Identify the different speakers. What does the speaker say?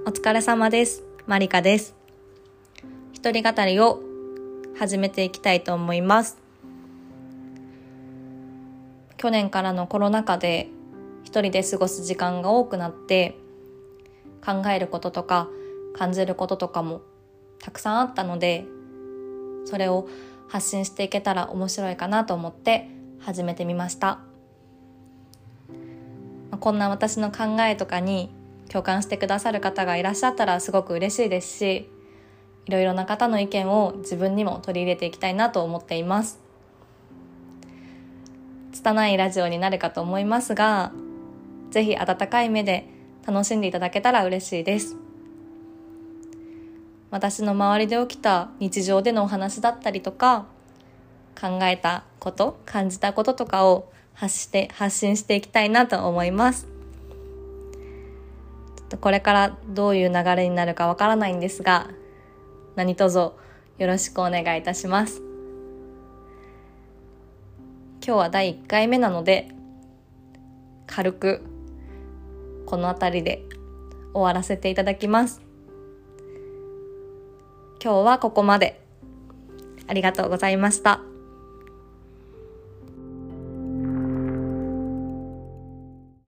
Speaker 1: お疲れ様です。マリカです。一人語りを始めていきたいと思います。去年からのコロナ禍で一人で過ごす時間が多くなって、考えることとか感じることとかもたくさんあったので、それを発信していけたら面白いかなと思って始めてみました。こんな私の考えとかに共感してくださる方がいらっしゃったらすごく嬉しいですし、いろいろな方の意見を自分にも取り入れていきたいなと思っています。拙いラジオになるかと思いますが、ぜひ温かい目で楽しんでいただけたら嬉しいです。私の周りで起きた日常でのお話だったりとか、考えたこと、感じたこととかを発信していきたいなと思います。これからどういう流れになるかわからないんですが、何卒よろしくお願いいたします。今日は第1回目なので、軽くこの辺りで終わらせていただきます。今日はここまで。ありがとうございました。